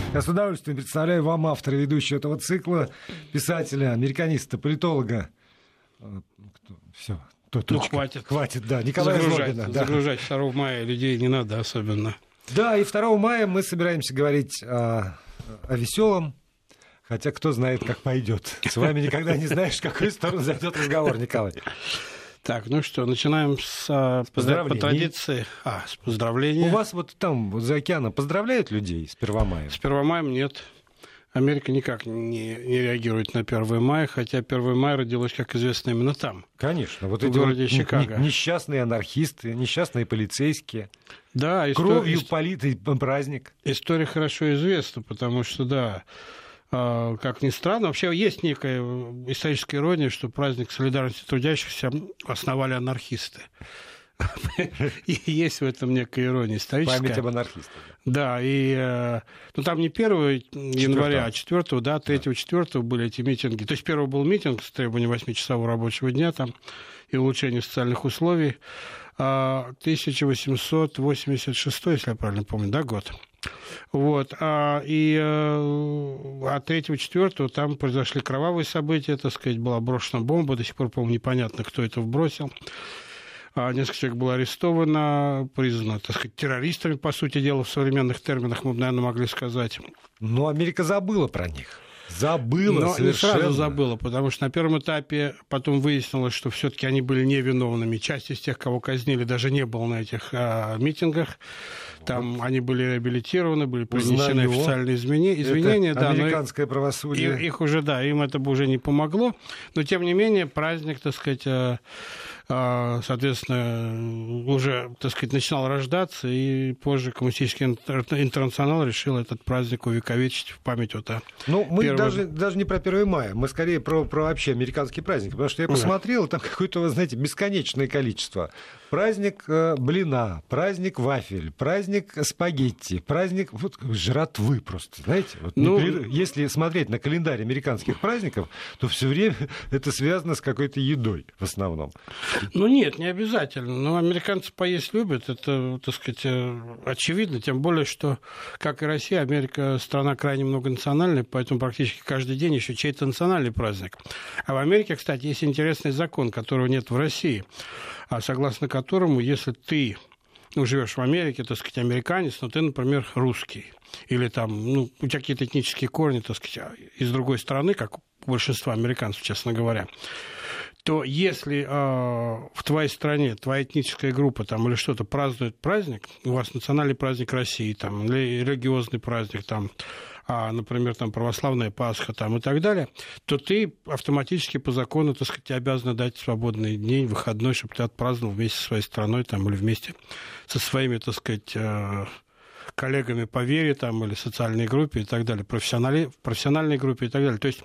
Я с удовольствием представляю вам автора и ведущего этого цикла, писателя, американиста, политолога. Все, хватит, да, Николая Злобина. Загружать 2 мая людей не надо особенно. Да, и 2 мая мы собираемся говорить о веселом, хотя кто знает, как пойдет. С вами никогда не знаешь, в какую сторону зайдет разговор, Николай. Так, ну что, начинаем по традиции. С поздравления. У вас вот там, вот за океаном, поздравляют людей с 1 мая? С 1 мая нет. Америка никак не реагирует на 1 мая, хотя 1 мая родилось, как известно, именно там. Конечно. Вот эти городе Чикаго. Несчастные анархисты, несчастные полицейские. Да, кровью политый праздник. История хорошо известна, потому что, да, как ни странно, вообще есть некая историческая ирония, что праздник солидарности трудящихся основали анархисты. И есть в этом некая ирония историческая. Память об анархистах. Да, и там не 1 января, а 4, да, 3-4 были эти митинги. То есть 1 был митинг с требованием 8-часового рабочего дня там, и улучшения социальных условий. 1886, если я правильно помню, да, год. Вот. А 3-4 там произошли кровавые события, так сказать, была брошена бомба, до сих пор, по-моему, непонятно, кто это вбросил. Несколько человек было арестовано, признано, так сказать, террористами, по сути дела, в современных терминах мы бы, наверное, могли сказать. Но Америка забыла про них. Забыла но совершенно. Не сразу забыла, потому что на первом этапе потом выяснилось, что все-таки они были невиновными. Часть из тех, кого казнили, даже не было на этих митингах. Там они были реабилитированы, были принесены официальные извинения. Это да, американское правосудие. Их уже, да, им это бы уже не помогло. Но, тем не менее, праздник, так сказать, соответственно, уже, так сказать, начинал рождаться, и позже Коммунистический интернационал решил этот праздник увековечить в память вот о... Ну, мы даже не про 1 мая, мы скорее про вообще американский праздник, потому что я посмотрел, там какое-то, вы знаете, бесконечное количество. Праздник блина, праздник вафель, праздник спагетти, праздник жратвы просто, знаете. Вот если смотреть на календарь американских праздников, то все время это связано с какой-то едой в основном. Ну нет, не обязательно. Но американцы поесть любят, это, так сказать, очевидно. Тем более, что, как и Россия, Америка страна крайне многонациональная, поэтому практически каждый день еще чей-то национальный праздник. А в Америке, кстати, есть интересный закон, которого нет в России, согласно которому, если ты живешь в Америке, так сказать, американец, но ты, например, русский, или там, у тебя какие-то этнические корни, так сказать, из другой страны, как у большинства американцев, честно говоря, то если в твоей стране твоя этническая группа там, или что-то празднует праздник, у вас национальный праздник России, там, или религиозный праздник, там, например, там, православная Пасха там, и так далее, то ты автоматически по закону, так сказать, обязан дать свободный день, выходной, чтобы ты отпраздновал вместе со своей страной там, или вместе со своими, так сказать, коллегами по вере там, или социальной группе и так далее, профессиональной группе и так далее. То есть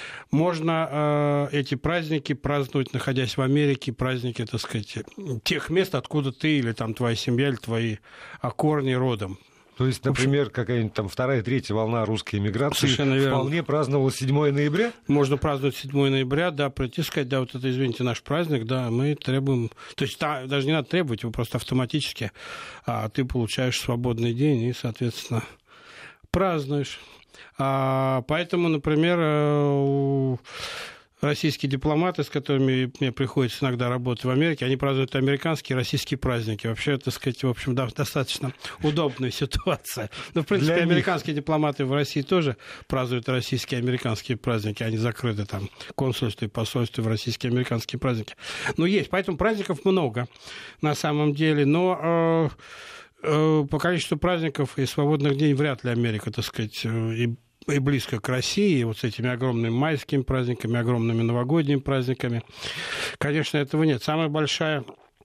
можно эти праздники праздновать, находясь в Америке, праздники, так сказать, тех мест, откуда ты или там твоя семья, или твои корни родом. То есть, например, какая-нибудь там 2-3 волна русской эмиграции вполне верно. Праздновала 7 ноября? Можно праздновать 7 ноября, да, прийти сказать, да, вот это, извините, наш праздник, да, мы требуем... То есть даже не надо требовать, его просто автоматически ты получаешь свободный день и, соответственно, празднуешь. Поэтому, например, российские дипломаты, с которыми мне приходится иногда работать в Америке, они празднуют американские и российские праздники. Вообще, так сказать, в общем, да, достаточно удобная ситуация. Но, в принципе, американские дипломаты в России тоже празднуют российские и американские праздники. Они закрыты там консульством и посольством в российские и американские праздники. Но есть, поэтому праздников много на самом деле. Но по количеству праздников и свободных дней вряд ли Америка, так сказать, и близко к России, вот с этими огромными майскими праздниками, огромными новогодними праздниками. Конечно, этого нет. Самое большое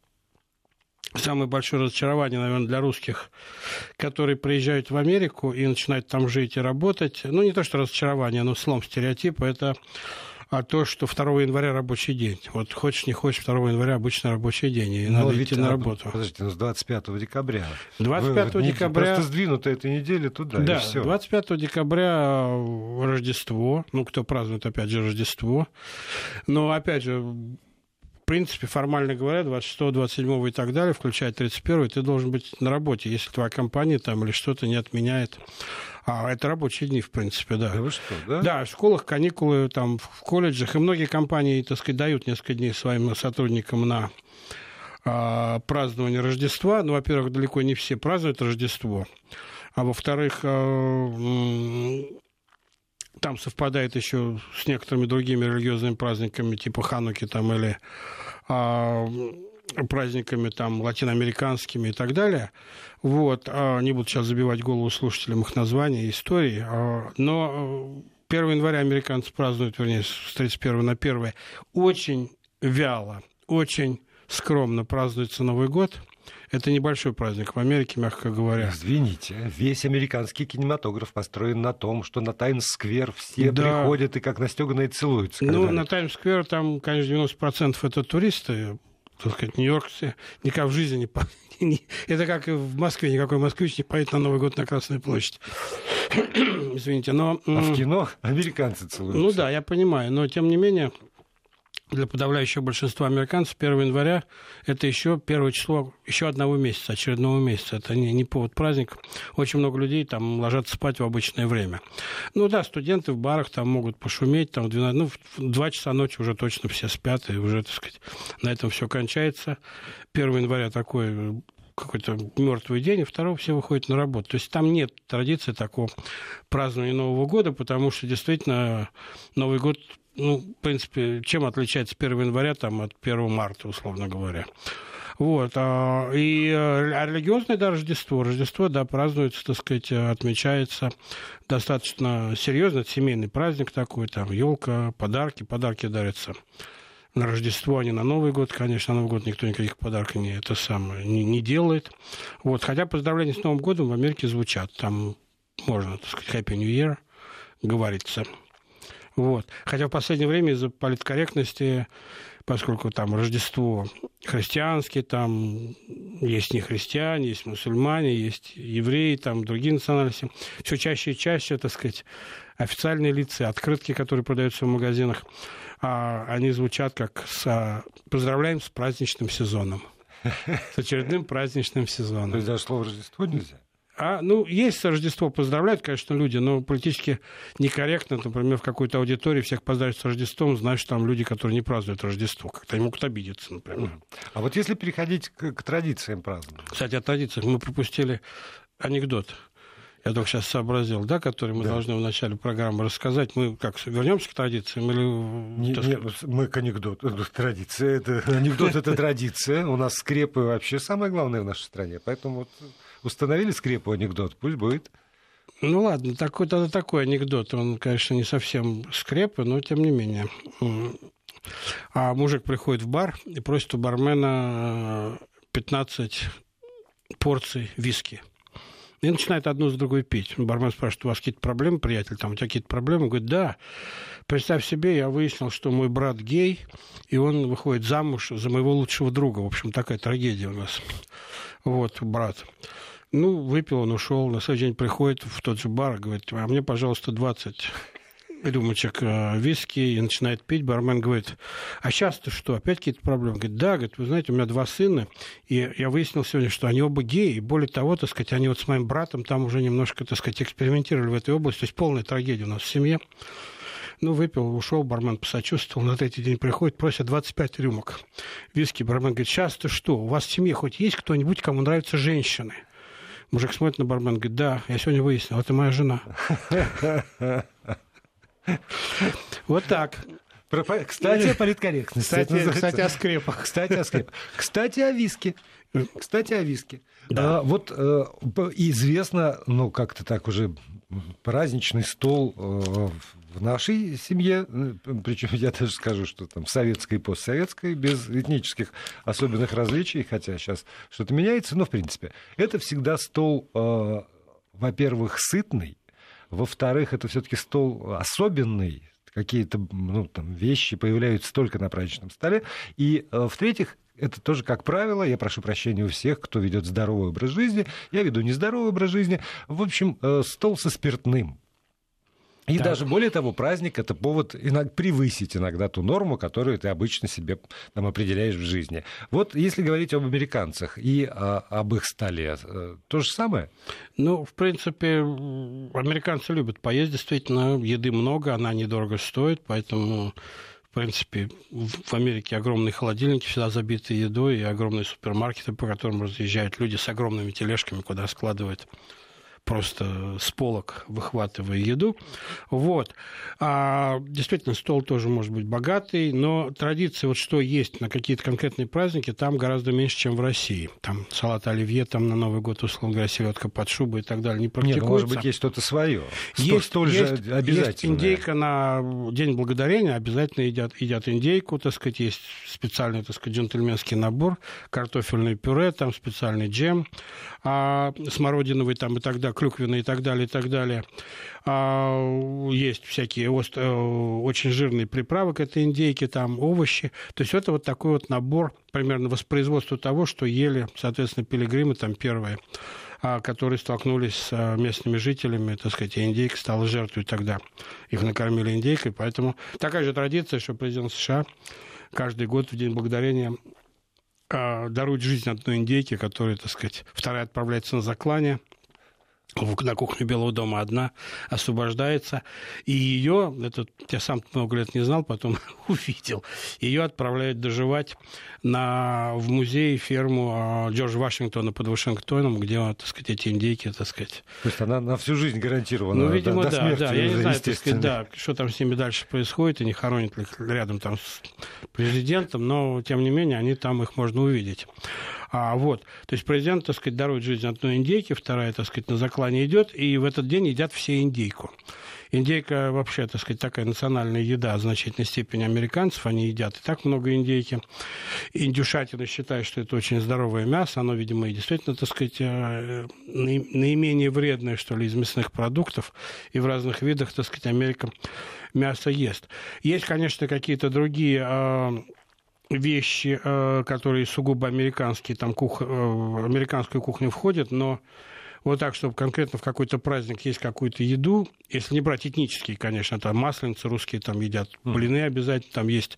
разочарование, наверное, для русских, которые приезжают в Америку и начинают там жить и работать, не то что разочарование, но слом стереотипа, это то, что 2 января рабочий день. Вот хочешь, не хочешь, 2 января обычно рабочий день, и надо идти на работу. Подождите, с 25 декабря. 25 декабря... Просто сдвинута эта неделя туда, да, и все. 25 декабря Рождество. Кто празднует, опять же, Рождество. Но, опять же, в принципе, формально говоря, 26, 27 и так далее, включая 31, ты должен быть на работе, если твоя компания там или что-то не отменяет А это рабочие дни, в принципе, да. Да вы что, да? Да, в школах каникулы, там, в колледжах. И многие компании, так сказать, дают несколько дней своим сотрудникам на празднование Рождества. Ну, во-первых, далеко не все празднуют Рождество. А во-вторых, там совпадает еще с некоторыми другими религиозными праздниками, типа Хануки там, или праздниками там, латиноамериканскими и так далее. Вот. Не буду сейчас забивать голову слушателям их названий и истории. Но 1 января американцы празднуют, вернее, с 31 на 1 очень вяло, очень скромно празднуется Новый год. Это небольшой праздник в Америке, мягко говоря. Извините, весь американский кинематограф построен на том, что на Таймс-сквер все приходят и как настёганные целуются. Ну, на Таймс-сквер там, конечно, 90% это туристы, так сказать, нью-йоркцы. Никак в жизни не... Это как и в Москве. Никакой москвич не поедет на Новый год на Красную площадь. Извините, но... А в кино американцы целуются. Ну да, я понимаю, но тем не менее... Для подавляющего большинства американцев 1 января это еще первое число еще одного месяца, очередного месяца. Это не повод праздника. Очень много людей там ложатся спать в обычное время. Ну да, студенты в барах там могут пошуметь, там, в 2 часа ночи уже точно все спят, и уже, так сказать, на этом все кончается. 1 января такой какой-то мертвый день, и 2 все выходят на работу. То есть там нет традиции такого празднования Нового года, потому что действительно Новый год, ну, в принципе, чем отличается 1 января там, от 1 марта, условно говоря. Вот. И религиозное, да, Рождество, да, празднуется, так сказать, отмечается достаточно серьезно. Это семейный праздник такой, там, елка, подарки дарятся на Рождество, а не на Новый год. Конечно, на Новый год никто никаких подарков не делает. Вот. Хотя поздравления с Новым годом в Америке звучат. Там можно, так сказать, Happy New Year говорится. Вот. Хотя в последнее время из-за политкорректности, поскольку там Рождество христианские, там есть нехристиане, есть мусульмане, есть евреи, там другие национальности, все чаще и чаще, так сказать, официальные лица, открытки, которые продаются в магазинах, они звучат как «Поздравляем с праздничным сезоном». С очередным праздничным сезоном. То есть даже слово «Рождество» нельзя? Ну, есть Рождество, поздравляют, конечно, люди, но политически некорректно, например, в какой-то аудитории всех поздравить с Рождеством, знаешь, там люди, которые не празднуют Рождество, как-то они могут обидеться, например. А вот если переходить к традициям празднования? Кстати, о традициях мы пропустили анекдот. Я только сейчас сообразил, да, который мы должны в начале программы рассказать. Мы как, вернемся к традициям или... мы к анекдоту. Традиция. Анекдот — это традиция. У нас скрепы вообще самое главное в нашей стране. Поэтому вот установили скрепу анекдот, пусть будет. Ну ладно, такой анекдот. Он, конечно, не совсем скрепы, но тем не менее. А мужик приходит в бар и просит у бармена 15 порций виски. И начинает одну за другой пить. Бармен спрашивает: у вас какие-то проблемы, приятель? Там у тебя какие-то проблемы? Он говорит: да. Представь себе, я выяснил, что мой брат гей, и он выходит замуж за моего лучшего друга. В общем, такая трагедия у нас. Вот, брат. Ну, выпил, он ушел. На следующий день приходит в тот же бар и говорит: а мне, пожалуйста, 20 рюмочек виски, и начинает пить. Бармен говорит: а сейчас-то что, опять какие-то проблемы? Говорит: да, говорит, вы знаете, у меня 2 сына, и я выяснил сегодня, что они оба геи, и более того, так сказать, они вот с моим братом там уже немножко, так сказать, экспериментировали в этой области, то есть полная трагедия у нас в семье. Ну, выпил, ушел, бармен посочувствовал, на 3-й день приходит, просит 25 рюмок виски. Бармен говорит: сейчас-то что, у вас в семье хоть есть кто-нибудь, кому нравятся женщины? Мужик смотрит на бармена, говорит: да, я сегодня выяснил, это моя жена. Вот так. Кстати, о политкорректности. Кстати, о скрепах. Кстати, о виске. Да. Вот известно, ну, как-то так уже праздничный стол в нашей семье, причем я даже скажу, что там советской и постсоветской, без этнических особенных различий, хотя сейчас что-то меняется, но в принципе это всегда стол, во-первых, сытный, во-вторых, это все-таки стол особенный, какие-то там вещи появляются только на праздничном столе, и в-третьих, это тоже, как правило, я прошу прощения у всех, кто ведет здоровый образ жизни, я веду нездоровый образ жизни, в общем, стол со спиртным. И даже более того, праздник — это повод превысить иногда ту норму, которую ты обычно себе там определяешь в жизни. Вот если говорить об американцах и об их столе, то же самое? Ну, в принципе, американцы любят поесть, действительно, еды много, она недорого стоит, поэтому... В принципе, в Америке огромные холодильники, всегда забиты едой, и огромные супермаркеты, по которым разъезжают люди с огромными тележками, куда складывают просто с полок, выхватывая еду. Вот. Действительно, стол тоже может быть богатый, но традиции, вот что есть на какие-то конкретные праздники, там гораздо меньше, чем в России. Там салат оливье, там на Новый год, условно говоря, селедка под шубой и так далее не практикуется. Нет, может быть, есть что-то свое. Есть обязательно. Есть индейка на День Благодарения, обязательно едят индейку, так сказать, есть специальный, так сказать, джентльменский набор, картофельное пюре, там специальный джем, смородиновый там и так далее, клюквенный и так далее, и так далее. Есть всякие очень жирные приправы к этой индейке, там овощи. То есть это вот такой вот набор, примерно воспроизводства того, что ели, соответственно, пилигримы там первые, которые столкнулись с местными жителями, так сказать, и индейка стала жертвой тогда. Их накормили индейкой, поэтому такая же традиция, что президент США каждый год в День Благодарения дарует жизнь одной индейке, которая, так сказать, вторая отправляется на заклание, на кухню Белого дома одна освобождается, и ее, это я сам много лет не знал, потом увидел, ее отправляют доживать в музей, ферму Джорджа Вашингтона под Вашингтоном, где, так сказать, эти индейки, так сказать... То есть она на всю жизнь гарантирована, ну, видимо, до смерти, да. Я не знаю, так сказать, да, что там с ними дальше происходит, и не хоронят ли их рядом там с президентом, но, тем не менее, их можно увидеть. Вот. То есть президент, так сказать, дарует жизнь одной индейке, вторая, так сказать, на заклание идет, и в этот день едят все индейку. Индейка вообще, так сказать, такая национальная еда в значительной степени американцев, они едят и так много индейки. Индюшатина считает, что это очень здоровое мясо, оно, видимо, и действительно, так сказать, наименее вредное, что ли, из мясных продуктов, и в разных видах, так сказать, Америка мясо ест. Есть, конечно, какие-то другие вещи, которые сугубо американские, там американскую кухню входят, но вот так, чтобы конкретно в какой-то праздник есть какую-то еду, если не брать этнические, конечно, там масленицы русские там едят, блины обязательно, там есть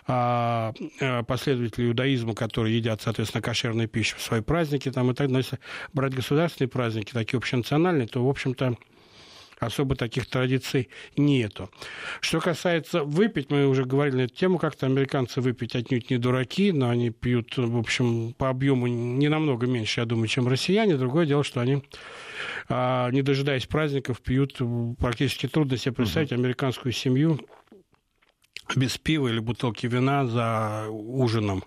последователи иудаизма, которые едят, соответственно, кошерную пищу в свои праздники, там и так далее. Но если брать государственные праздники, такие общенациональные, то, в общем-то, особо таких традиций нету. Что касается выпить, мы уже говорили на эту тему, как-то американцы выпить отнюдь не дураки, но они пьют, в общем, по объему не намного меньше, я думаю, чем россияне. Другое дело, что они, не дожидаясь праздников, пьют практически трудно себе представить американскую семью без пива или бутылки вина за ужином.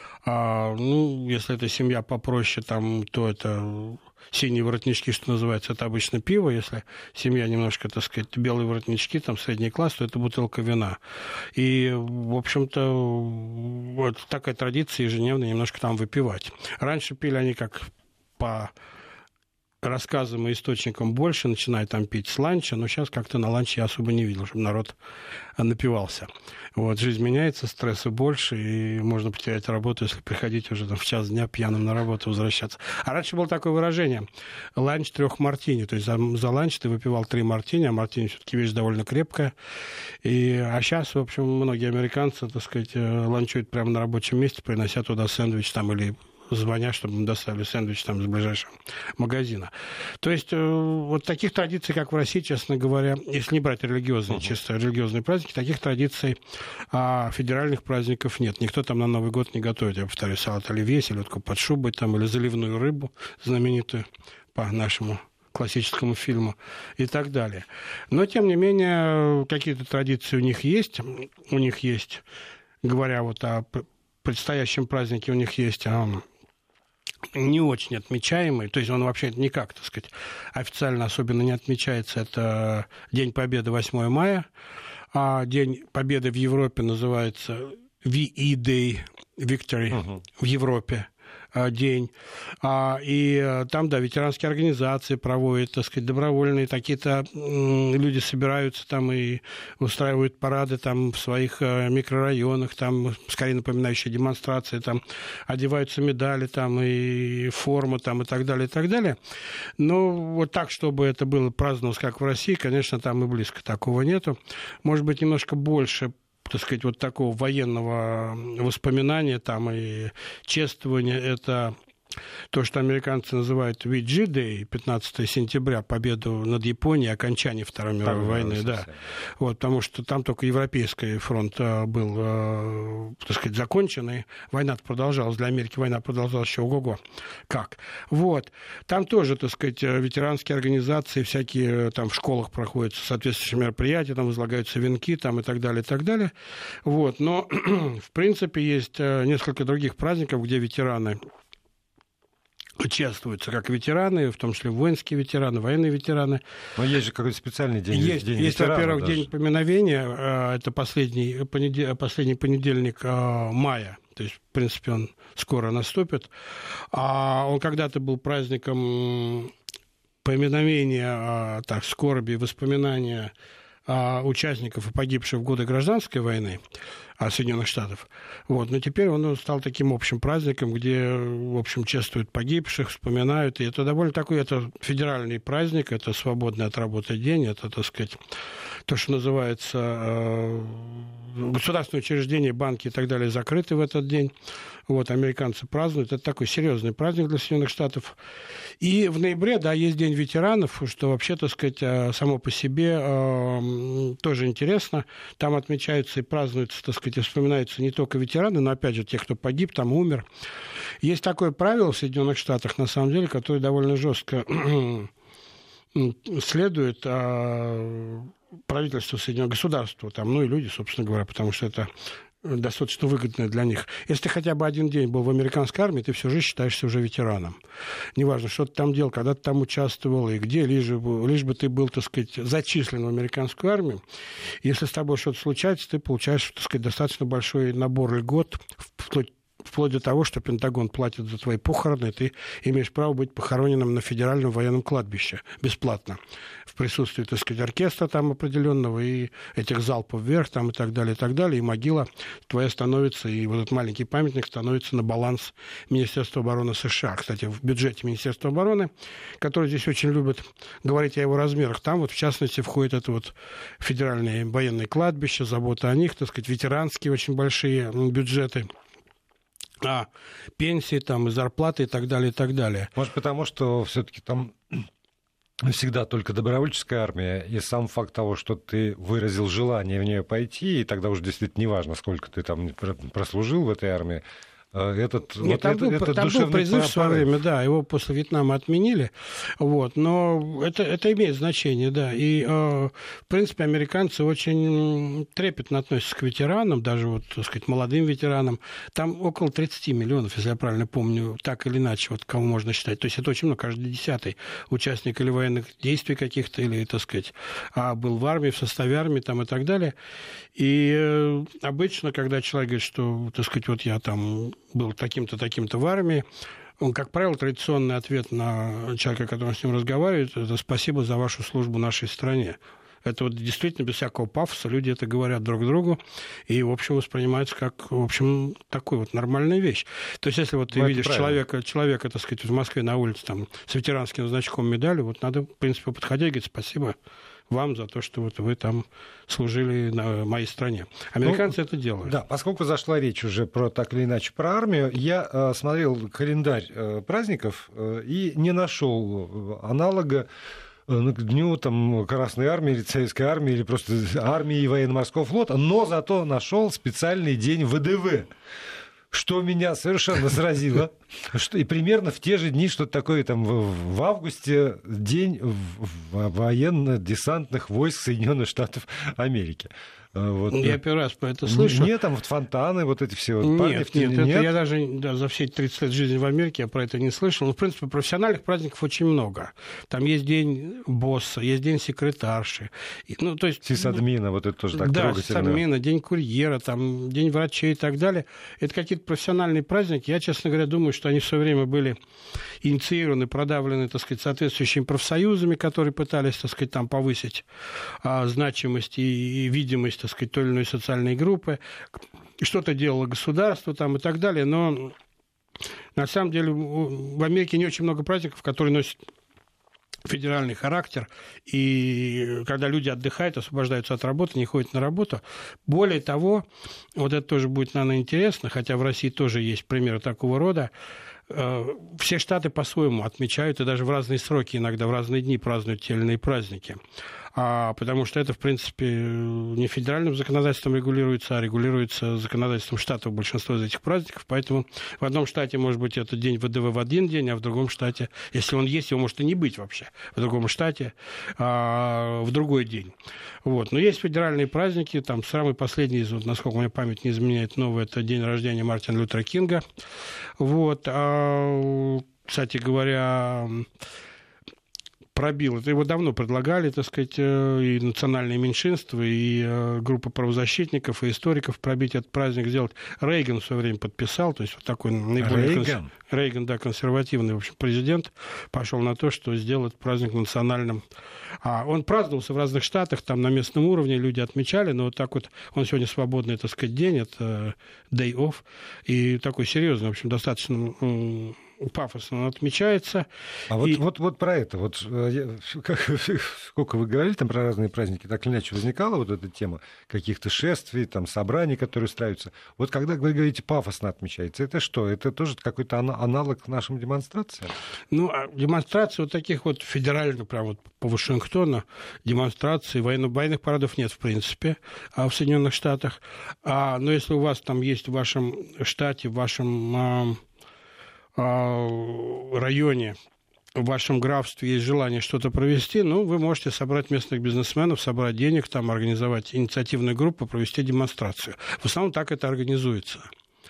Если это семья попроще, там, то это синие воротнички, что называется, это обычно пиво. Если семья немножко, так сказать, белые воротнички, там, средний класс, то это бутылка вина. И, в общем-то, вот такая традиция ежедневно немножко там выпивать. Раньше пили они как по рассказам и источникам больше, начиная там пить с ланча, но сейчас как-то на ланче я особо не видел, чтобы народ напивался. Вот, жизнь меняется, стресса больше, и можно потерять работу, если приходить уже там, в час дня пьяным на работу возвращаться. А раньше было такое выражение: ланч 3 мартини, то есть за ланч ты выпивал 3 мартини, а мартини все-таки вещь довольно крепкая. А сейчас, в общем, многие американцы, так сказать, ланчуют прямо на рабочем месте, принося туда сэндвич там или звоня, чтобы им доставили сэндвич там из ближайшего магазина. То есть вот таких традиций, как в России, честно говоря, если не брать религиозные, чисто религиозные праздники, таких традиций федеральных праздников нет. Никто там на Новый год не готовит, я повторяю, салат оливье, селедку под шубой там, или заливную рыбу знаменитую по нашему классическому фильму и так далее. Но, тем не менее, какие-то традиции у них есть. У них есть, говоря вот о предстоящем празднике, у них есть не очень отмечаемый, то есть он вообще никак, так сказать, официально особенно не отмечается. Это День Победы 8 мая, а День Победы в Европе называется VE Day Victory в Европе. день. И там, да, ветеранские организации проводят, так сказать, добровольные какие-то люди собираются там и устраивают парады там в своих микрорайонах, там, скорее напоминающие демонстрации, там, одеваются медали там и форма там и так далее, и так далее. Но вот так, чтобы это было праздновалось, как в России, конечно, там и близко такого нету. Может быть, немножко больше, так сказать, вот такого военного воспоминания там и чествования, это то, что американцы называют VG Day, 15 сентября, победу над Японией, окончание Второй мировой войны, да. Вот, потому что там только Европейский фронт был, так сказать, закончен, и война продолжалась. Для Америки война продолжалась еще ого-го. Как? Вот. Там тоже, так сказать, ветеранские организации всякие, там в школах проходят соответствующие мероприятия, там возлагаются венки, там и так далее, и так далее. Вот. Но, в принципе, есть несколько других праздников, где ветераны участвуются как ветераны, в том числе воинские ветераны, военные ветераны. Но есть же какой-то специальный день. Есть, во-первых, день поминовения, это последний понедельник мая, то есть, в принципе, он скоро наступит. Он когда-то был праздником поминовения, скорби, воспоминания участников и погибших в годы гражданской войны Соединенных Штатов. Вот. Но теперь он стал таким общим праздником, где, в общем, чествуют погибших, вспоминают. И это довольно такой, это федеральный праздник, это свободный от работы день, это, так сказать, то, что называется государственные учреждения, банки и так далее закрыты в этот день. Вот, американцы празднуют. Это такой серьезный праздник для Соединенных Штатов. И в ноябре, да, есть День ветеранов, что вообще, так сказать, само по себе тоже интересно. Там отмечаются и празднуются, так сказать, и вспоминаются не только ветераны, но, опять же, те, кто погиб, там умер. Есть такое правило в Соединенных Штатах, на самом деле, которое довольно жестко следует правительству Соединенных Государств, там, ну и люди, собственно говоря, потому что это достаточно выгодно для них. Если ты хотя бы один день был в американской армии, ты всю жизнь считаешься уже ветераном. Неважно, что ты там делал, когда ты там участвовал и где, лишь бы ты был, так сказать, зачислен в американскую армию. Если с тобой что-то случается, ты получаешь, так сказать, достаточно большой набор льгот, вплоть до того, что Пентагон платит за твои похороны, и ты имеешь право быть похороненным на федеральном военном кладбище бесплатно. В присутствии, так сказать, оркестра там определенного и этих залпов вверх там и так далее, и могила твоя становится, и вот этот маленький памятник становится на баланс Министерства обороны США. Кстати, в бюджете Министерства обороны, который здесь очень любят говорить о его размерах, там вот в частности входит это вот федеральные военные кладбища, забота о них, так сказать, ветеранские очень большие бюджеты, пенсии там, и зарплаты и так далее, и так далее. Может, потому что все-таки там всегда только добровольческая армия, и сам факт того, что ты выразил желание в нее пойти, и тогда уже действительно неважно, сколько ты там прослужил в этой армии, там был призыв в свое время, да, его после Вьетнама отменили, вот, но это имеет значение, да, и, в принципе, американцы очень трепетно относятся к ветеранам, даже, вот, так сказать, молодым ветеранам, там около 30 миллионов, если я правильно помню, так или иначе, вот кого можно считать, то есть это очень много, каждый 10-й участник или военных действий каких-то, или, так сказать, был в армии, в составе армии, там, и так далее, и обычно, когда человек говорит, что, так сказать, вот я там был таким-то, таким-то в армии, он, как правило, традиционный ответ на человека, который с ним разговаривает, это «спасибо за вашу службу нашей стране». Это вот действительно без всякого пафоса люди это говорят друг другу и, в общем, воспринимается как, в общем, такой вот нормальная вещь. То есть, если вот ты видишь человека, так сказать, в Москве на улице там, с ветеранским значком медали, вот надо, в принципе, подходить и говорить «спасибо вам за то, что вот вы там служили на моей стране». Американцы это делают. Да, поскольку зашла речь уже про так или иначе про армию, я смотрел календарь праздников и не нашел аналога к дню там, Красной армии или Советской армии, или просто армии и военно-морского флота, но зато нашел специальный день ВДВ, что меня совершенно сразило. И примерно в те же дни, что такое там в августе, день военно-десантных войск Соединенных Штатов Америки. Вот. Я первый раз про это слышу. Нет, там вот фонтаны, вот эти все вот парни. Нет, это я даже за все 30 лет жизни в Америке я про это не слышал. Но, в принципе, профессиональных праздников очень много. Там есть день босса, есть день секретарши. То есть, сисадмина, вот это тоже так трогательно. трогательно. Да, сисадмина, день курьера, там, день врачей и так далее. Это какие-то профессиональные праздники. Я, честно говоря, думаю, что они в свое время были инициированы, продавлены, так сказать, соответствующими профсоюзами, которые пытались, так сказать, там повысить значимость и видимость, так сказать, той или иной социальной группы. Что-то делало государство там и так далее. Но на самом деле в Америке не очень много праздников, которые носят федеральный характер, и когда люди отдыхают, освобождаются от работы, не ходят на работу. Более того, вот это тоже будет, наверное, интересно, хотя в России тоже есть примеры такого рода, все штаты по-своему отмечают, и даже в разные сроки, иногда в разные дни празднуют те или иные праздники. Потому что это, в принципе, не федеральным законодательством регулируется, а регулируется законодательством штатов большинство из этих праздников. Поэтому в одном штате, может быть, это день ВДВ в один день, а в другом штате, если он есть, его может и не быть вообще, в другом штате в другой день. Вот. Но есть федеральные праздники, там самый последний, насколько у меня память не изменяет, новый, это день рождения Мартина Лютера Кинга. Вот. Кстати говоря, пробил. Это его давно предлагали, так сказать, и национальные меньшинства, и группа правозащитников, и историков пробить этот праздник, сделать. Рейган в свое время подписал, то есть вот такой наиболее... Рейган, да, консервативный, в общем, президент, пошел на то, что сделать праздник национальным. Он праздновался в разных штатах, там на местном уровне люди отмечали, но вот так вот он сегодня свободный, так сказать, день, это day off, и такой серьезный, в общем, достаточно пафосно он отмечается. Вот про это, вот сколько вы говорили там про разные праздники, так или иначе возникала вот эта тема каких-то шествий, там, собраний, которые устраиваются. Вот когда вы говорите пафосно отмечается, это что? Это тоже какой-то аналог нашим демонстрациям? Демонстрации вот таких вот федеральных, прям вот по Вашингтону, демонстраций, военных парадов нет, в принципе, в Соединенных Штатах. Но если у вас там есть в вашем штате, в вашем районе, в вашем графстве есть желание что-то провести, вы можете собрать местных бизнесменов, собрать денег, там, организовать инициативную группу, провести демонстрацию. В основном так это организуется.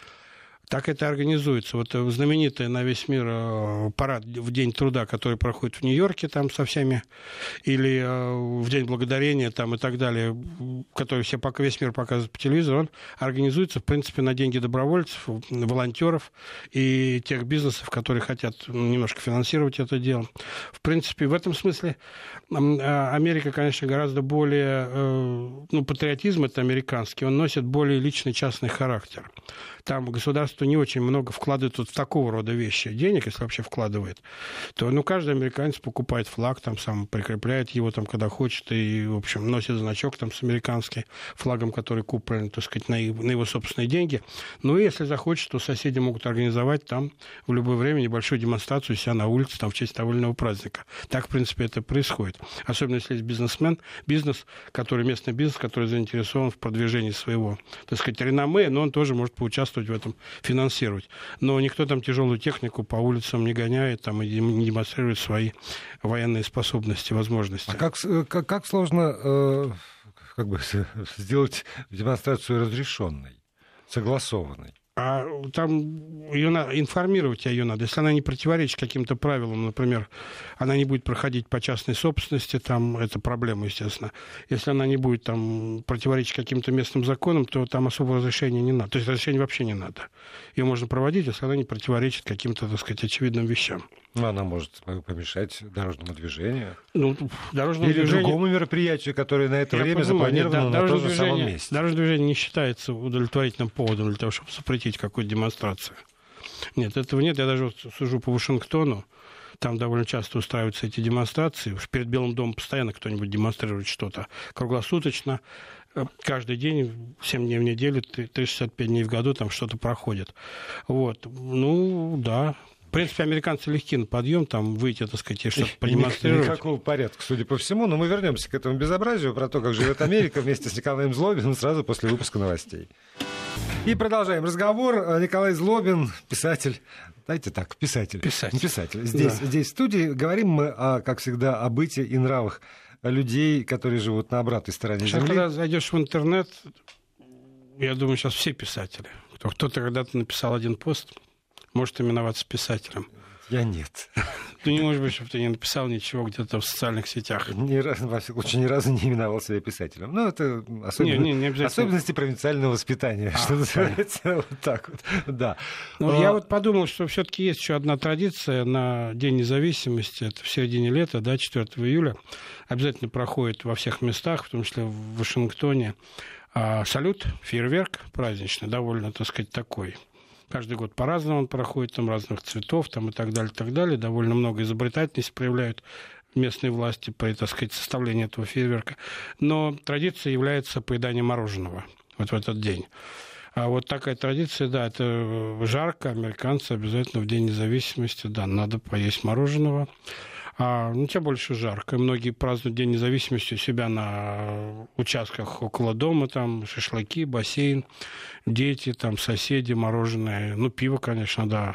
Вот знаменитый на весь мир парад в День труда, который проходит в Нью-Йорке там со всеми, или в День благодарения там и так далее, который весь мир показывает по телевизору, он организуется, в принципе, на деньги добровольцев, волонтеров и тех бизнесов, которые хотят немножко финансировать это дело. В принципе, в этом смысле Америка, конечно, гораздо более... патриотизм это американский, он носит более личный, частный характер. Там государство не очень много вкладывает вот в такого рода вещи денег, если вообще вкладывает, то каждый американец покупает флаг, там сам прикрепляет его, там, когда хочет, и, в общем, носит значок там с американским флагом, который куплен, так сказать, на его собственные деньги. И если захочет, то соседи могут организовать там в любое время небольшую демонстрацию себя на улице там, в честь того или иного праздника. Так, в принципе, это происходит. Особенно, если есть местный бизнес, который заинтересован в продвижении своего, так сказать, реноме, но он тоже может поучаствовать в этом, финансировать. Но никто там тяжелую технику по улицам не гоняет там, и не демонстрирует свои военные способности, возможности. Как сложно сделать демонстрацию разрешенной, согласованной? Там информировать ее надо. Если она не противоречит каким-то правилам, например, она не будет проходить по частной собственности, там это проблема, естественно. Если она не будет там противоречить каким-то местным законам, то там особого разрешения не надо. То есть разрешения вообще не надо. Ее можно проводить, если она не противоречит каким-то, так сказать, очевидным вещам. Она может помешать дорожному движению. Дорожному или движению... другому мероприятию, которое на это время запланировано на том же самом месте. Дорожное движение не считается удовлетворительным поводом для того, чтобы запретить какую-то демонстрацию. Нет, этого нет. Я даже сужу по Вашингтону. Там довольно часто устраиваются эти демонстрации. Уж перед Белым домом постоянно кто-нибудь демонстрирует что-то. Круглосуточно. Каждый день, 7 дней в неделю, 365 дней в году там что-то проходит. Вот. Да. В принципе, американцы легки на подъем, там выйти, так сказать, и что-то продемонстрировать. Никакого порядка, судя по всему. Но мы вернемся к этому безобразию, про то, как живет Америка, вместе с Николаем Злобиным сразу после выпуска новостей. И продолжаем разговор. Николай Злобин, писатель. Знаете так, писатель. Писатель. Здесь в студии говорим мы, как всегда, о быте и нравах людей, которые живут на обратной стороне сейчас, Земли. Когда зайдешь в интернет, я думаю, сейчас все писатели. Кто-то когда-то написал один пост, может именоваться писателем. Я нет. Ну, не может быть, чтобы ты не написал ничего где-то в социальных сетях. Во всяком случае, ни разу не именовал себя писателем. Ну, это не особенности провинциального воспитания, что называется. Вот так вот. Да. Я вот подумал, что все-таки есть еще одна традиция на День независимости. Это в середине лета, да, 4 июля. Обязательно проходит во всех местах, в том числе в Вашингтоне. Салют, фейерверк праздничный, довольно, так сказать, такой. Каждый год по-разному он проходит, там разных цветов там, и так далее, так далее. Довольно много изобретательности проявляют местные власти при, так сказать, составлении этого фейерверка. Но традицией является поедание мороженого вот в этот день. А вот такая традиция, да, это жарко, американцы обязательно в День независимости, да, надо поесть мороженого. Тем больше жарко. Многие празднуют День независимости у себя на участках около дома, там шашлыки, бассейн, дети, там соседи, мороженое, пиво, конечно, да.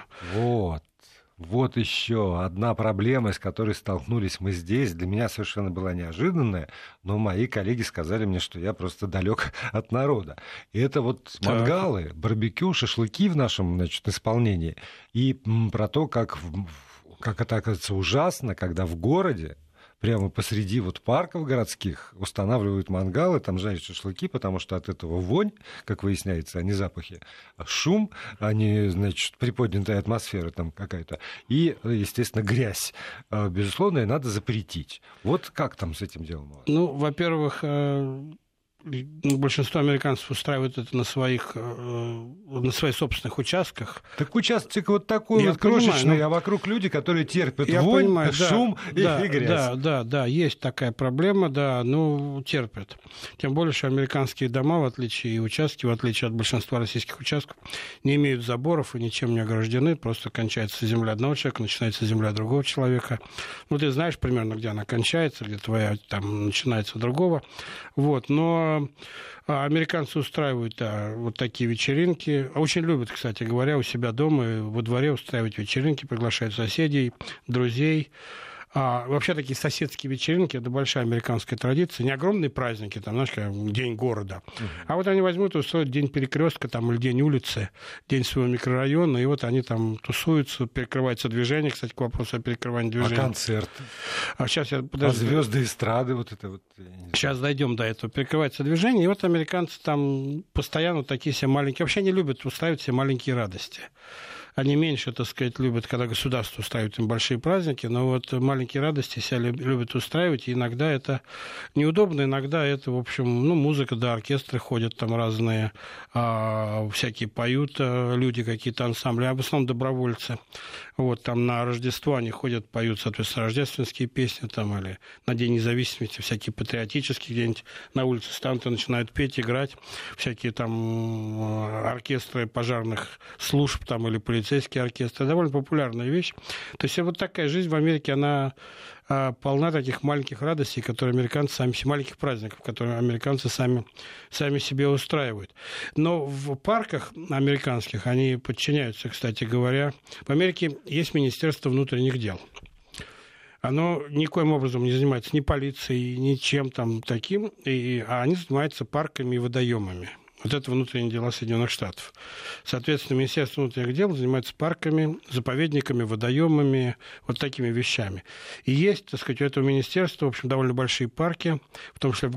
Вот еще одна проблема, с которой столкнулись мы здесь. Для меня совершенно была неожиданная, но мои коллеги сказали мне, что я просто далек от народа. И это вот мангалы, барбекю, шашлыки в нашем, исполнении. И про то, как это, оказывается, ужасно, когда в городе, прямо посреди парков городских, устанавливают мангалы, там жарят шашлыки, потому что от этого вонь, как выясняется, а не запахи, а шум, а не, приподнятая атмосфера там какая-то, и, естественно, грязь. Безусловно, ее надо запретить. Вот как там с этим делом? Во-первых, большинство американцев устраивают это на своих собственных участках. Так участок вот такой крошечный, а вокруг люди, которые терпят вонь, шум и грязь. Да, есть такая проблема, да, терпят. Тем более, что американские дома, в отличие и участки, в отличие от большинства российских участков, не имеют заборов и ничем не ограждены, просто кончается земля одного человека, начинается земля другого человека. Ты знаешь примерно, где она кончается, где твоя там начинается другого. Но американцы устраивают вот такие вечеринки. Очень любят, кстати говоря, у себя дома и во дворе устраивать вечеринки, приглашают соседей, друзей. Вообще такие соседские вечеринки – это большая американская традиция. Не огромные праздники, там, знаешь, как День города. А вот они возьмут и устроят День перекрестка там, или День улицы, День своего микрорайона, и вот они там тусуются, перекрывается движение. Кстати, к вопросу о перекрывании движения. А концерты? Подожди. Звезды эстрады, вот это вот. Сейчас дойдем до этого. Перекрывается движение, и вот американцы там постоянно такие все маленькие. Вообще они любят устраивать все маленькие радости. Они меньше, так сказать, любят, когда государство устраивает им большие праздники, но вот маленькие радости себя любят устраивать, и иногда это неудобно, иногда это, в общем, музыка, да, оркестры ходят там разные, всякие поют люди, какие-то ансамбли, а в основном добровольцы. Вот, там на Рождество они ходят, поют, соответственно, рождественские песни, там, или на День независимости всякие патриотические, где-нибудь на улице станут и начинают петь, играть, всякие там оркестры пожарных служб там, или полицейские оркестры. Довольно популярная вещь. То есть вот такая жизнь в Америке, она полна таких маленьких радостей, которые американцы сами, маленьких праздников, которые американцы сами себе устраивают. Но в парках американских они подчиняются, кстати говоря. В Америке есть Министерство внутренних дел. Оно никоим образом не занимается ни полицией, ни чем там таким, а они занимаются парками и водоемами. Вот это внутренние дела Соединенных Штатов. Соответственно, Министерство внутренних дел занимается парками, заповедниками, водоемами, вот такими вещами. И есть, так сказать, у этого министерства, в общем, довольно большие парки, в том числе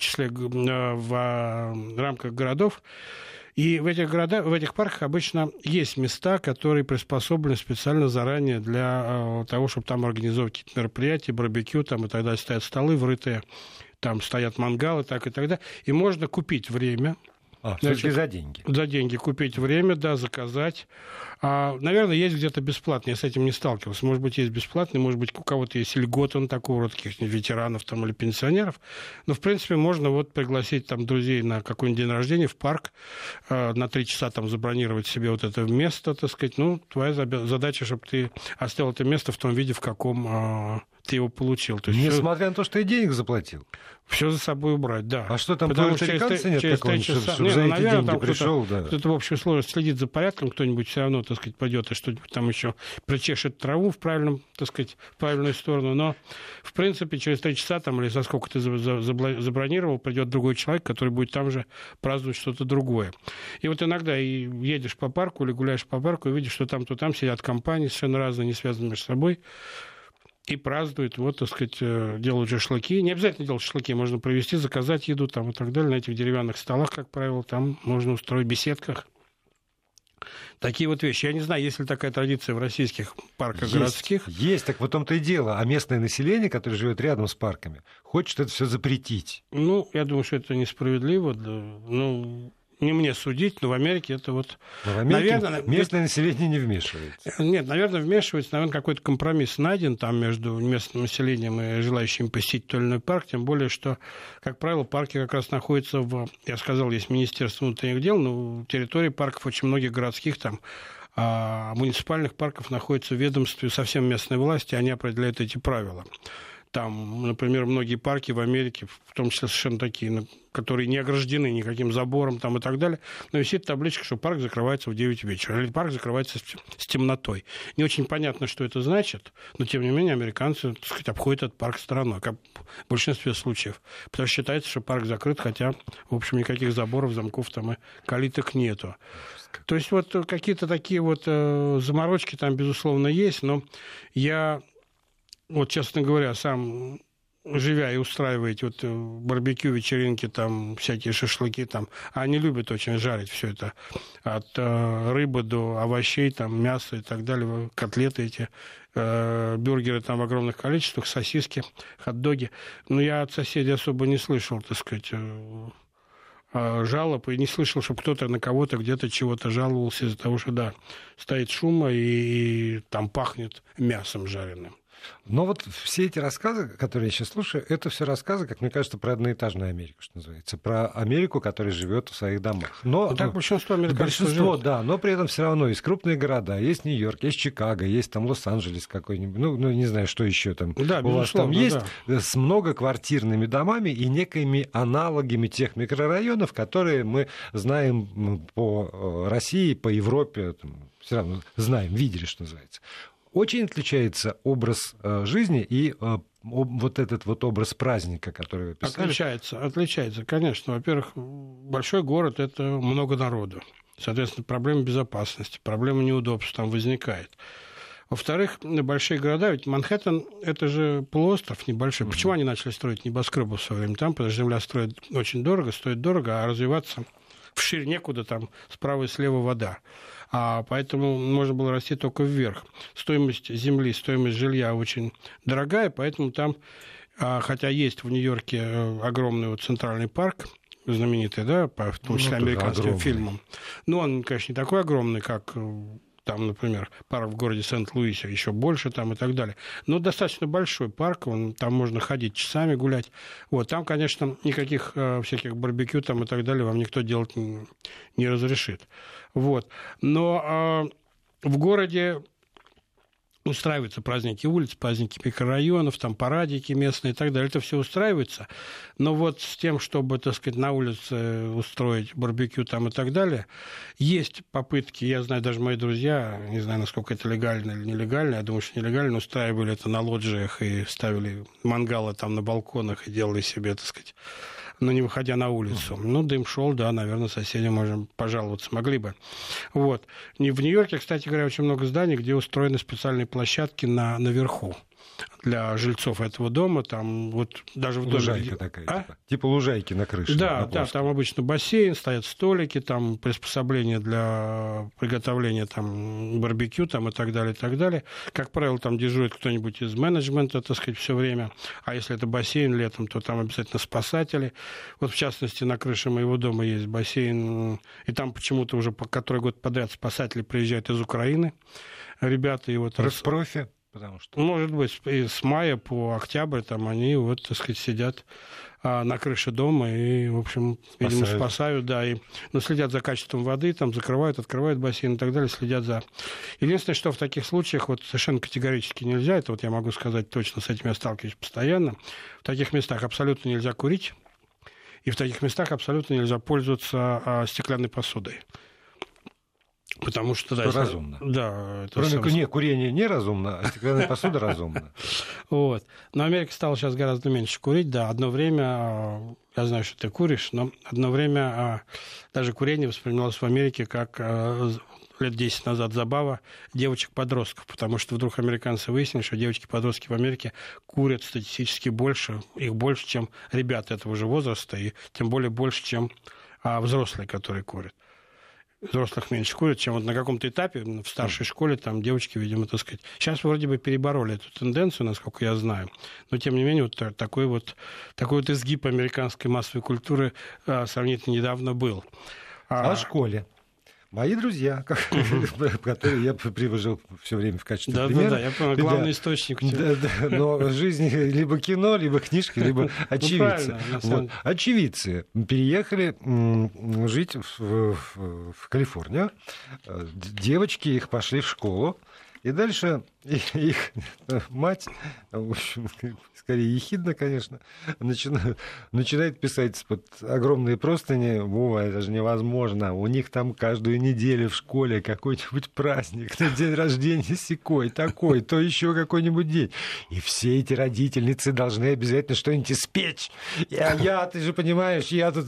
в рамках городов. И в этих парках обычно есть места, которые приспособлены специально заранее для того, чтобы там организовать какие-то мероприятия, барбекю, там, и тогда стоят столы врытые, там стоят мангалы, так и тогда. И можно купить время. Все-таки за деньги. За деньги купить время, да, заказать. Наверное, есть где-то бесплатно. Я с этим не сталкивался. Может быть, есть бесплатный, может быть, у кого-то есть льготы на такого рода каких-нибудь ветеранов там, или пенсионеров. Но, в принципе, можно вот пригласить там друзей на какой-нибудь день рождения в парк, на 3 часа там забронировать себе вот это место, так сказать. Твоя задача, чтобы ты оставил это место в том виде, в каком ты его получил. То есть несмотря на то, что и денег заплатил. Все за собой убрать, да. А что там, пуэрториканца нет какого-нибудь, чтобы за эти деньги пришел? Кто-то в общей сложности следит за порядком, кто-нибудь все равно, так сказать, пойдет и что-нибудь там еще причешет траву в правильном, так сказать, в правильную сторону. Но, в принципе, через 3 часа там, или за сколько ты забронировал, придет другой человек, который будет там же праздновать что-то другое. И вот иногда и едешь по парку или гуляешь по парку и видишь, что там-то там сидят компании совершенно разные, не связанные между собой, и празднуют, вот, так сказать, делают шашлыки. Не обязательно делать шашлыки, можно провести, заказать еду там и так далее. На этих деревянных столах, как правило, там можно устроить в беседках. Такие вот вещи. Я не знаю, есть ли такая традиция в российских парках городских. Есть, так в том-то и дело. А местное население, которое живет рядом с парками, хочет это все запретить. Ну, я думаю, что это несправедливо. Ну, не мне судить, но в Америке это вот... Но в Америке, наверное, местное население не вмешивается. Нет, наверное, вмешивается. Наверное, какой-то компромисс найден там между местным населением и желающими посетить тот или иной парк. Тем более, что, как правило, парки как раз находятся в... Я сказал, есть Министерство внутренних дел, но в территории парков очень многих городских там, муниципальных парков находятся в ведомстве совсем местной власти, они определяют эти правила. Там, например, многие парки в Америке, в том числе совершенно такие, которые не ограждены никаким забором там, и так далее, но висит табличка, что парк закрывается в 9 вечера, или парк закрывается с темнотой. Не очень понятно, что это значит, но, тем не менее, американцы, так сказать, обходят этот парк стороной, как в большинстве случаев. Потому что считается, что парк закрыт, хотя, в общем, никаких заборов, замков там и калиток нету. То есть вот какие-то такие вот заморочки там, безусловно, есть, но я... Вот, честно говоря, сам, живя и устраивая эти вот барбекю, вечеринки, там, всякие шашлыки, там, они любят очень жарить все это. От рыбы до овощей, там, мяса и так далее, котлеты эти, бюргеры там в огромных количествах, сосиски, хот-доги. Но я от соседей особо не слышал, так сказать, жалоб, и не слышал, чтобы кто-то на кого-то где-то чего-то жаловался из-за того, что, да, стоит шум и там пахнет мясом жареным. Но вот все эти рассказы, которые я сейчас слушаю, это все рассказы, как мне кажется, про одноэтажную Америку, что называется. Про Америку, которая живет в своих домах. Но, ну, так большинство американцев живет. Да, но при этом все равно есть крупные города. Есть Нью-Йорк, есть Чикаго, есть там Лос-Анджелес какой-нибудь. Ну, не знаю, что еще там да, у вас там есть. Да. С многоквартирными домами и некими аналогами тех микрорайонов, которые мы знаем по России, по Европе. Все равно знаем, видели, что называется. Очень отличается образ жизни и вот этот вот образ праздника, который вы писали. Отличается, конечно. Во-первых, большой город – это много народу. Соответственно, проблема безопасности, проблема неудобств там возникает. Во-вторых, большие города, ведь Манхэттен – это же полуостров небольшой. Почему они начали строить небоскребы в свое время? Там, потому что земля строит очень дорого, стоит дорого, а развиваться вширь некуда, там справа и слева вода. А поэтому можно было расти только вверх. Стоимость земли, стоимость жилья очень дорогая, поэтому там, хотя есть в Нью-Йорке огромный вот центральный парк, знаменитый, да, в том числе американским фильмам. Но он, конечно, не такой огромный, как там, например, парк в городе Сент-Луисе, еще больше там и так далее. Но достаточно большой парк, там можно ходить часами, гулять. Вот, там, конечно, никаких всяких барбекю там и так далее вам никто делать не разрешит. Вот. Но в городе устраиваются праздники улиц, праздники микрорайонов, там парадики местные и так далее. Это все устраивается. Но вот с тем, чтобы, так сказать, на улице устроить барбекю там и так далее, есть попытки, я знаю, даже мои друзья, не знаю, насколько это легально или нелегально, я думаю, что нелегально, устраивали это на лоджиях и ставили мангалы там на балконах и делали себе, так сказать, но не выходя на улицу. Ну, дым шел, да, наверное, соседи, можем пожаловаться, могли бы. Вот. В Нью-Йорке, кстати говоря, очень много зданий, где устроены специальные площадки наверху для жильцов этого дома. Там вот даже в доме... Лужайка такая. Типа лужайки на крыше. Да, да, там обычно бассейн, стоят столики, там приспособления для приготовления там барбекю там, и так далее, и так далее. Как правило, там дежурит кто-нибудь из менеджмента, так сказать, все время. А если это бассейн летом, то там обязательно спасатели. Вот, в частности, на крыше моего дома есть бассейн, и там почему-то уже по который год подряд спасатели приезжают из Украины. Ребята, и вот... Роспрофи. Потому что... Может быть, с мая по октябрь там они вот, так сказать, сидят на крыше дома и, в общем, видимо, спасают, да, и, ну, следят за качеством воды, там закрывают, открывают бассейн и так далее, следят за... Единственное, что в таких случаях вот совершенно категорически нельзя, это вот я могу сказать точно, с этим я сталкиваюсь постоянно, в таких местах абсолютно нельзя курить, и в таких местах абсолютно нельзя пользоваться стеклянной посудой. Потому что, да, разумно. Да, это кроме курения неразумно, а стеклянная посуда разумна. Вот. Но Америка стала сейчас гораздо меньше курить. Да, одно время, я знаю, что ты куришь, но одно время даже курение воспринималось в Америке как лет 10 назад забава девочек-подростков, потому что вдруг американцы выяснили, что девочки-подростки в Америке курят статистически больше, их больше, чем ребята этого же возраста, и тем более больше, чем взрослые, которые курят. Взрослых меньше курят, чем вот на каком-то этапе в старшей школе там девочки, видимо, так сказать. Сейчас вроде бы перебороли эту тенденцию, насколько я знаю, но тем не менее вот такой вот изгиб американской массовой культуры сравнительно недавно был. О школе. Мои друзья, которые я привожу все время в качестве примера. Да, я понял, главный источник у тебя. Да, но жизнь либо кино, либо книжки, либо очевидцы. Очевидцы переехали жить в Калифорнию. Девочки их пошли в школу. И дальше их мать, в общем, скорее ехидно, конечно, начинает писать из-под огромные простыни: Вова, это же невозможно, у них там каждую неделю в школе какой-нибудь праздник, день рождения сякой, такой, то еще какой-нибудь день. И все эти родительницы должны обязательно что-нибудь испечь. Я, ты же понимаешь, я тут,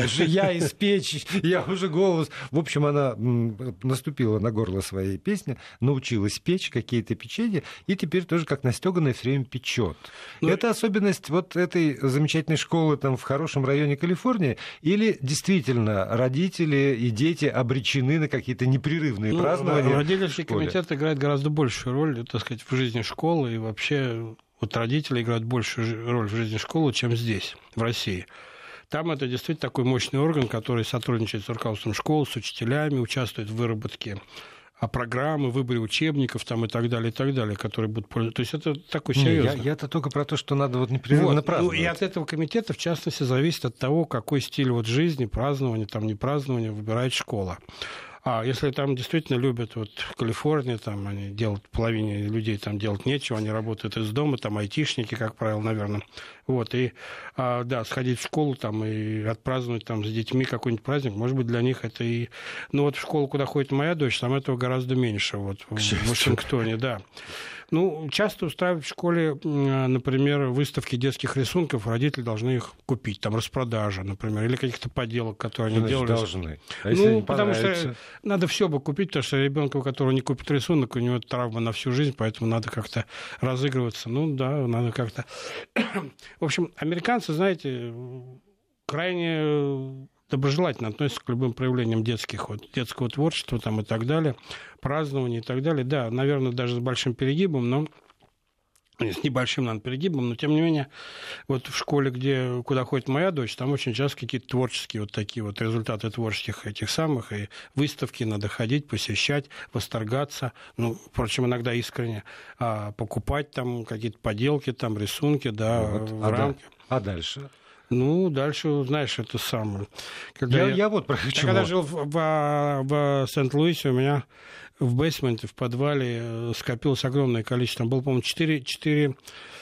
я испечь, я уже голос. В общем, она наступила на горло своей песни, научилась печь какие-то печенья, и теперь тоже как настёганная все время печет. Это особенность вот этой замечательной школы там в хорошем районе Калифорнии, или действительно родители и дети обречены на какие-то непрерывные празднования? Родительский комитет играет гораздо большую роль, так сказать, в жизни школы, и вообще вот родители играют большую роль в жизни школы, чем здесь, в России. Там это действительно такой мощный орган, который сотрудничает с руководством школ, с учителями, участвует в выработке программы, выборе учебников там, и так далее, которые будут пользоваться. То есть это такой серьезный. Я-то только про то, что надо вот непрерывно праздновать. И от этого комитета, в частности, зависит от того, какой стиль вот жизни, празднования, там, не празднования выбирает школа. А если там действительно любят, вот в Калифорнии, там они делают, половине людей там делать нечего, они работают из дома, там айтишники, как правило, наверное. Вот, и, да, сходить в школу там и отпраздновать там с детьми какой-нибудь праздник, может быть, для них это и... Ну, вот в школу, куда ходит моя дочь, там этого гораздо меньше, вот, в Вашингтоне, да. Ну, часто устраивают в школе, например, выставки детских рисунков, родители должны их купить, там распродажа, например, или каких-то поделок, которые они делали. Должны. А если не потому что надо все бы купить, потому что ребенка, у которого не купит рисунок, у него травма на всю жизнь, поэтому надо как-то разыгрываться. Ну да, надо как-то. В общем, американцы, знаете, крайне доброжелательно относятся к любым проявлениям детского творчества там, и так далее, празднования и так далее. Да, наверное, даже с большим перегибом, но с небольшим, наверное, перегибом, но тем не менее, вот в школе, куда ходит моя дочь, там очень часто какие-то творческие вот такие вот результаты творческих этих самых, и выставки надо ходить, посещать, восторгаться, ну, впрочем, иногда искренне, покупать там какие-то поделки, там рисунки, да, вот, в рамке. А дальше? Ну, дальше, знаешь, это самое. Я вот про чего. Когда жил в Сент-Луисе, у меня в бейсменте, в подвале скопилось огромное количество. Там было, по-моему, 4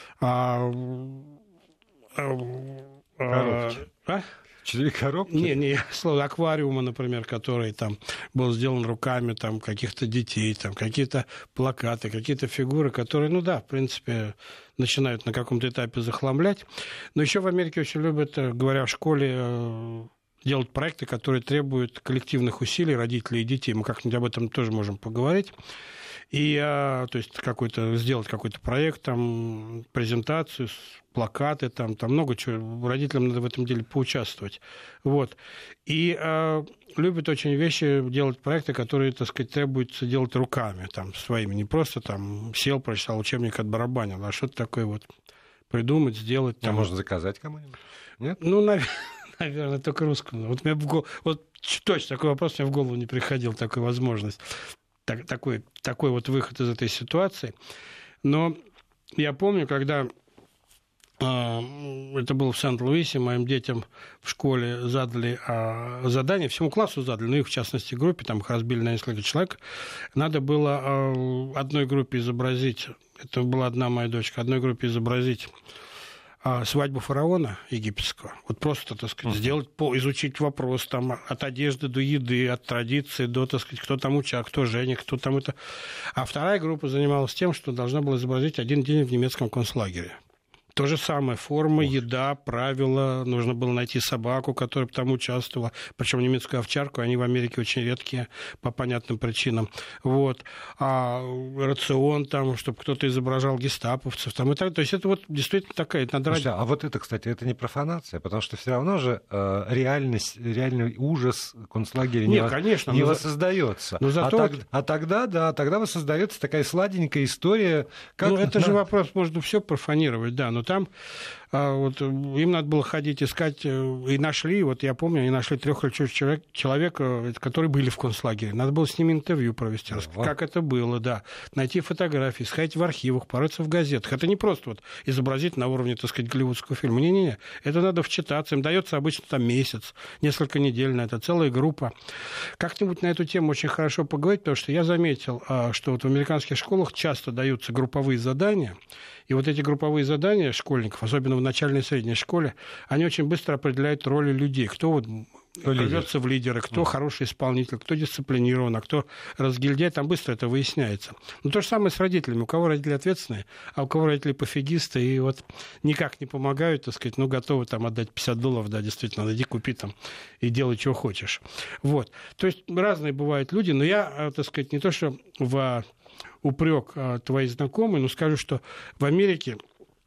коробки. 4 коробки? Не, слово аквариума, например, который там был сделан руками там, каких-то детей, там, какие-то плакаты, какие-то фигуры, которые, ну да, в принципе, начинают на каком-то этапе захламлять. Но еще в Америке очень любят, говоря в школе, делать проекты, которые требуют коллективных усилий родителей и детей. Мы как-нибудь об этом тоже можем поговорить. И, то есть, сделать какой-то проект, там, презентацию, плакаты, там много чего. Родителям надо в этом деле поучаствовать. Вот. И любят очень вещи, делать проекты, которые, так сказать, требуется делать руками, там, своими. Не просто там сел, прочитал учебник, отбарабанил, а что-то такое вот придумать, сделать. Там. А можно заказать кому-нибудь? Нет? Ну, наверное, только русскому. Вот, точно такой вопрос мне в голову не приходил, такая возможность. Такой вот выход из этой ситуации. Но я помню, когда это было в Сент-Луисе, моим детям в школе задали задание, всему классу задали, ну и в частности группе, там их разбили на несколько человек, надо было одной группе изобразить, это была одна моя дочка, одной группе изобразить свадьбу фараона египетского. Вот просто, так сказать, сделать, изучить вопрос там, от одежды до еды, от традиции до, так сказать, кто там уча, кто жених, кто там это. А вторая группа занималась тем, что должна была изобразить один день в немецком концлагере. То же самое, форма, еда, правила. Нужно было найти собаку, которая там участвовала. Причем немецкую овчарку, они в Америке очень редкие по понятным причинам. Вот. А рацион, там, чтобы кто-то изображал гестаповцев. Там, и так. То есть это вот действительно такая... Слушайте, а вот это, кстати, это не профанация, потому что все равно же реальный ужас концлагеря не воссоздается. Тогда воссоздается такая сладенькая история. Как... Ну, это же вопрос, можно все профанировать, да, но там вот, им надо было ходить искать, и нашли, вот я помню, они нашли 3 человека, которые были в концлагере. Надо было с ними интервью провести, как это было, да. Найти фотографии, сходить в архивах, порыться в газетах. Это не просто вот изобразить на уровне, так сказать, голливудского фильма. Не-не-не, это надо вчитаться. Им дается обычно там месяц, несколько недель на это, целая группа. Как-нибудь на эту тему очень хорошо поговорить, потому что я заметил, что вот в американских школах часто даются групповые задания, и вот эти групповые задания школьников, особенно в начальной и средней школе, они очень быстро определяют роли людей. Кто вот рвется в лидеры, кто хороший исполнитель, кто дисциплинирован, а кто разгильдяй, там быстро это выясняется. Но то же самое с родителями. У кого родители ответственные, а у кого родители пофигисты, и вот никак не помогают, так сказать, ну, готовы там отдать $50, да, действительно, иди купи там и делай, чего хочешь. Вот. То есть разные бывают люди, но я, так сказать, не то, что в упрек твои знакомые, но скажу, что в Америке,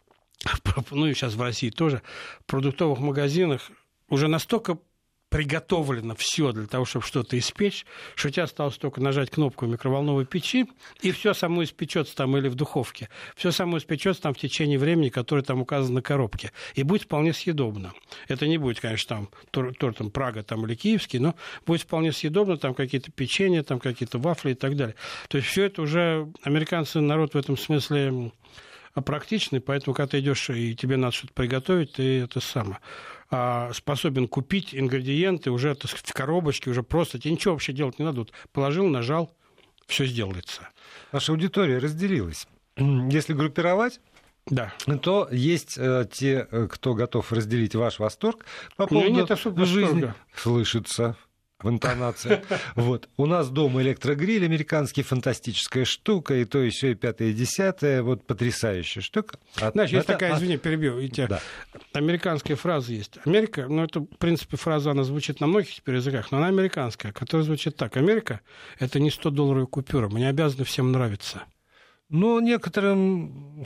ну и сейчас в России тоже, в продуктовых магазинах уже настолько приготовлено все для того, чтобы что-то испечь, что у тебя осталось только нажать кнопку микроволновой печи, и все само испечется там или в духовке. Все само испечется там в течение времени, которое там указано на коробке. И будет вполне съедобно. Это не будет, конечно, там тортом Прага там, или Киевский, но будет вполне съедобно, там какие-то печенья, там какие-то вафли и так далее. То есть все это уже американцы, народ в этом смысле практичный, поэтому, когда ты идешь и тебе надо что-то приготовить, ты это самое способен купить ингредиенты уже, так сказать, в коробочке, уже просто тебе ничего вообще делать не надо. Вот положил, нажал, все сделается. Наша аудитория разделилась. Если группировать, да, то есть те, кто готов разделить ваш восторг по поводу нет особо жизни. Восторга. Слышится в интонации. Вот. У нас дома электрогриль американский, фантастическая штука, и то, и все, и пятое, и десятое. Вот потрясающая штука. Знаешь, есть такая, извини, перебью. Да. Американская фраза есть. Америка, ну, это, в принципе, фраза, она звучит на многих теперь языках, но она американская, которая звучит так. Америка — это не $100 купюра. Мы не обязаны всем нравиться. Но некоторым...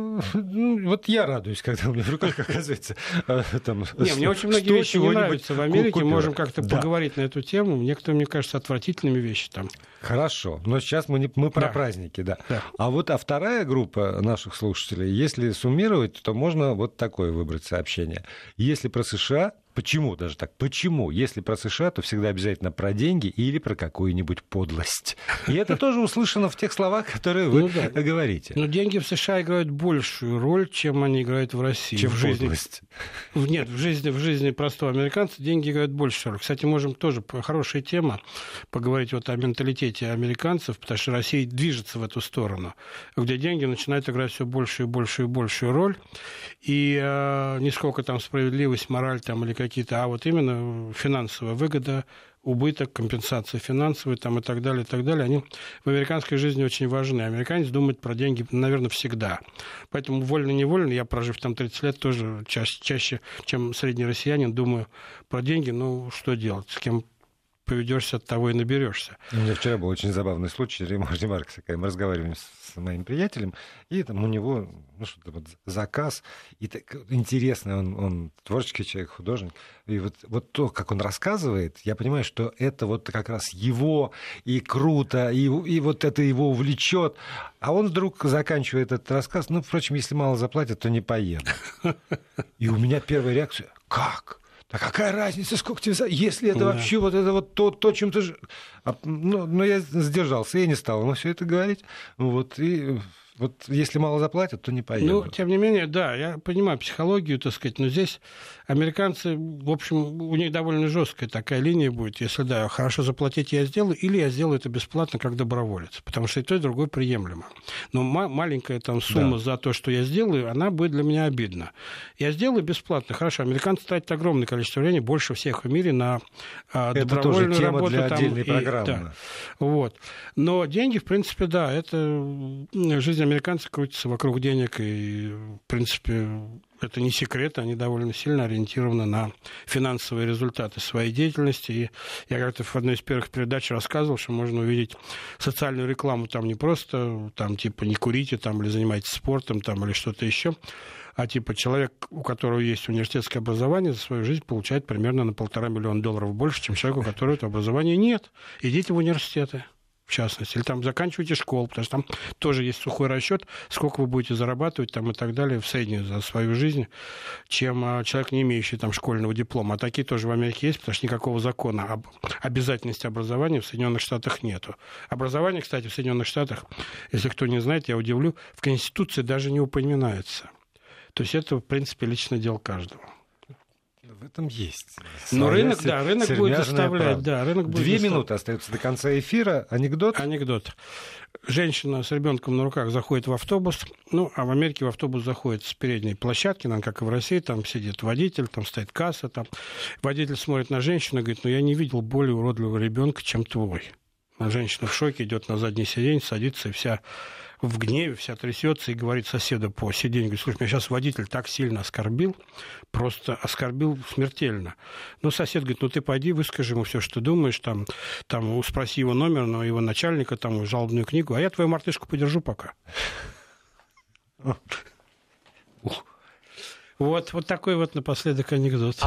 вот я радуюсь, когда у меня в руках оказывается... мне очень многие вещи не нравятся в Америке. Можем как-то поговорить на эту тему. Некоторые, мне кажется, отвратительными вещи там. Хорошо. Но сейчас мы про праздники, да. А вторая группа наших слушателей, если суммировать, то можно вот такое выбрать сообщение. Если про США... Почему даже так? Почему? Если про США, то всегда обязательно про деньги или про какую-нибудь подлость. И это тоже услышано в тех словах, которые вы говорите. Но деньги в США играют большую роль, чем они играют в России. Чем подлость? Нет, в жизни простого американца деньги играют большую роль. Кстати, можем тоже, хорошая тема, поговорить вот о менталитете американцев, потому что Россия движется в эту сторону, где деньги начинают играть все большую и большую и большую роль. И не сколько там справедливость, мораль там, или какие-то, а вот именно финансовая выгода, убыток, компенсация финансовая там, и так далее, они в американской жизни очень важны. Американец думает про деньги, наверное, всегда. Поэтому вольно-невольно, я, прожив там 30 лет, тоже чаще, чем средний россиянин, думаю про деньги, ну, что делать, с кем поведешься, от того и наберешься. У меня вчера был очень забавный случай. Ремаркс, мы разговаривали с моим приятелем, и там у него что-то вот заказ, и так интересно, он творческий человек, художник, и вот то, как он рассказывает, я понимаю, что это вот как раз его, и круто, и вот это его увлечет, а он вдруг заканчивает этот рассказ, ну, впрочем, если мало заплатят, то не поеду. И у меня первая реакция: как? А какая разница, сколько тебе... Если это вообще вот это вот то, чем ты... Но я сдержался, я не стал ему все это говорить. Вот, и вот если мало заплатят, то не поеду. Ну, тем не менее, да, я понимаю психологию, так сказать, но здесь американцы, в общем, у них довольно жесткая такая линия будет. Если, да, хорошо заплатить, я сделаю, или я сделаю это бесплатно, как доброволец. Потому что и то, и другое приемлемо. Но маленькая там сумма за то, что я сделаю, она будет для меня обидна. Я сделаю бесплатно. Хорошо, американцы тратят огромное количество времени, больше всех в мире, на добровольную тоже тема работу. Для там, отдельной программы. Да, вот. Но деньги, в принципе, да, это жизнь американцев крутится вокруг денег, и, в принципе, это не секрет, они довольно сильно ориентированы на финансовые результаты своей деятельности. И я как-то в одной из первых передач рассказывал, что можно увидеть социальную рекламу там не просто, там, типа, не курите, там, или занимайтесь спортом, там, или что-то еще, а типа человек, у которого есть университетское образование, за свою жизнь получает примерно на $1,5 миллиона больше, чем человек, у которого этого образования нет. Идите в университеты, в частности, или там заканчивайте школу, потому что там тоже есть сухой расчет, сколько вы будете зарабатывать там, и так далее в среднем за свою жизнь, чем человек, не имеющий там школьного диплома. А такие тоже в Америке есть, потому что никакого закона об обязательности образования в Соединенных Штатах нету. Образование, кстати, в Соединенных Штатах, если кто не знает, я удивлю, в Конституции даже не упоминается. То есть это, в принципе, личное дело каждого. В этом есть. Но рынок, да, рынок будет заставлять. Да, рынок будет 2 минуты остается до конца эфира. Анекдот? Анекдот. Женщина с ребенком на руках заходит в автобус. Ну, а в Америке в автобус заходит с передней площадки, там, как и в России, там сидит водитель, там стоит касса. Там. Водитель смотрит на женщину и говорит: ну, я не видел более уродливого ребенка, чем твой. А женщина в шоке, идет на заднее сиденье, садится и вся в гневе, вся трясется и говорит соседу по сиденью: говорит, слушай, меня сейчас водитель так сильно оскорбил, просто оскорбил смертельно. Ну, сосед говорит: ну, ты пойди, выскажи ему все, что думаешь, там спроси его номер, но его начальника, там, жалобную книгу, а я твою мартышку подержу пока. Вот такой вот напоследок анекдот.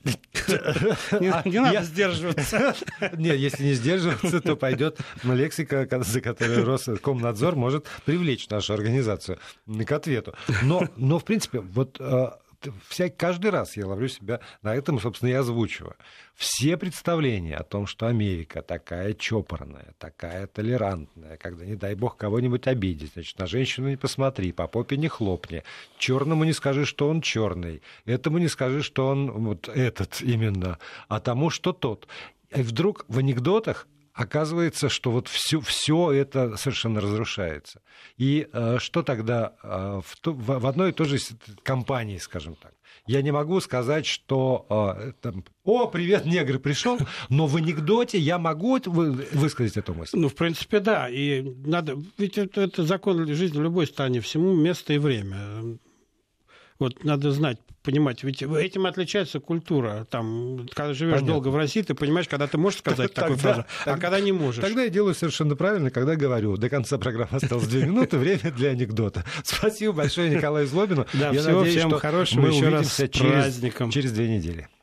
Не надо сдерживаться. Нет, если не сдерживаться, то пойдет лексика, за которой Роскомнадзор может привлечь нашу организацию к ответу. Но в принципе, вот каждый раз я ловлю себя на этом, собственно, и озвучиваю. Все представления о том, что Америка такая чопорная, такая толерантная, когда, не дай бог, кого-нибудь обидеть, значит, на женщину не посмотри, по попе не хлопни, черному не скажи, что он черный, этому не скажи, что он вот этот именно, а тому, что тот. И вдруг в анекдотах оказывается, что вот все это совершенно разрушается. И что тогда в одной и той же компании, скажем так? Я не могу сказать, что «О, привет, негр пришел», но в анекдоте я могу высказать эту мысль. Ну, в принципе, да. И надо, ведь это закон жизни в любой стране, всему место и время. Вот надо знать, понимать, ведь этим отличается культура. Там, когда живешь долго в России, ты понимаешь, когда ты можешь сказать такую фразу, а когда не можешь. Тогда я делаю совершенно правильно, когда говорю. До конца программы осталось 2 минуты, время для анекдота. Спасибо большое Николаю Злобину. Да, я надеюсь, всем что хорошего, мы еще увидимся раз с праздником. через 2 недели.